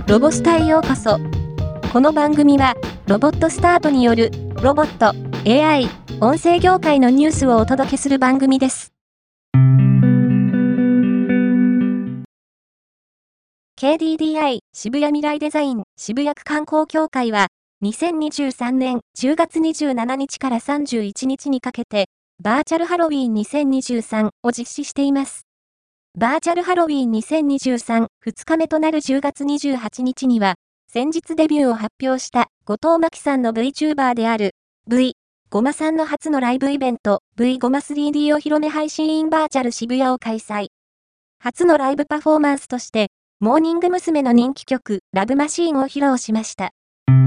ロボスタへようこそ。この番組は、ロボットスタートによる、ロボット、AI、音声業界のニュースをお届けする番組です。KDDI 渋谷未来デザイン渋谷区観光協会は、2023年10月27日から31日にかけて、バーチャルハロウィーン2023を実施しています。バーチャルハロウィーン2023、2日目となる10月28日には、先日デビューを発表した後藤真希さんの VTuber である V ごまさんの初のライブイベント V ごま 3D お披露目配信インバーチャル渋谷を開催。初のライブパフォーマンスとして、モーニング娘。の人気曲ラブマシーンを披露しました。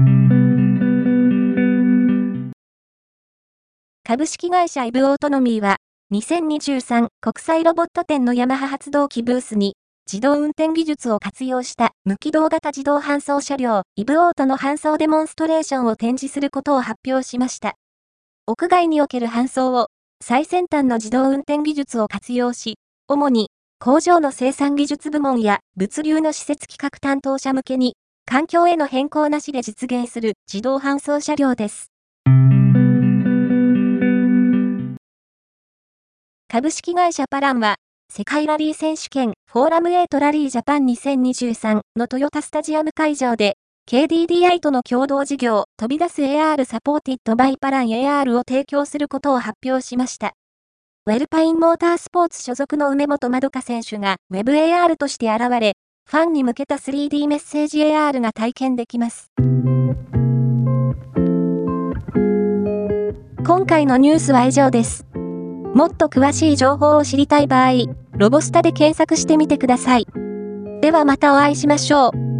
株式会社イブオートノミーは、2023国際ロボット展のヤマハ発動機ブースに、自動運転技術を活用した無機動型自動搬送車両イブオートの搬送デモンストレーションを展示することを発表しました。屋外における搬送を最先端の自動運転技術を活用し、主に工場の生産技術部門や物流の施設企画担当者向けに、環境への変更なしで実現する自動搬送車両です。株式会社パランは、世界ラリー選手権フォーラム8ラリージャパン2023のトヨタスタジアム会場で、KDDI との共同事業、飛び出す AR サポーティッドバイパラン AR を提供することを発表しました。ウェルパインモータースポーツ所属の梅本まどか選手が WebAR として現れ、ファンに向けた 3D メッセージ AR が体験できます。今回のニュースは以上です。もっと詳しい情報を知りたい場合、ロボスタで検索してみてください。ではまたお会いしましょう。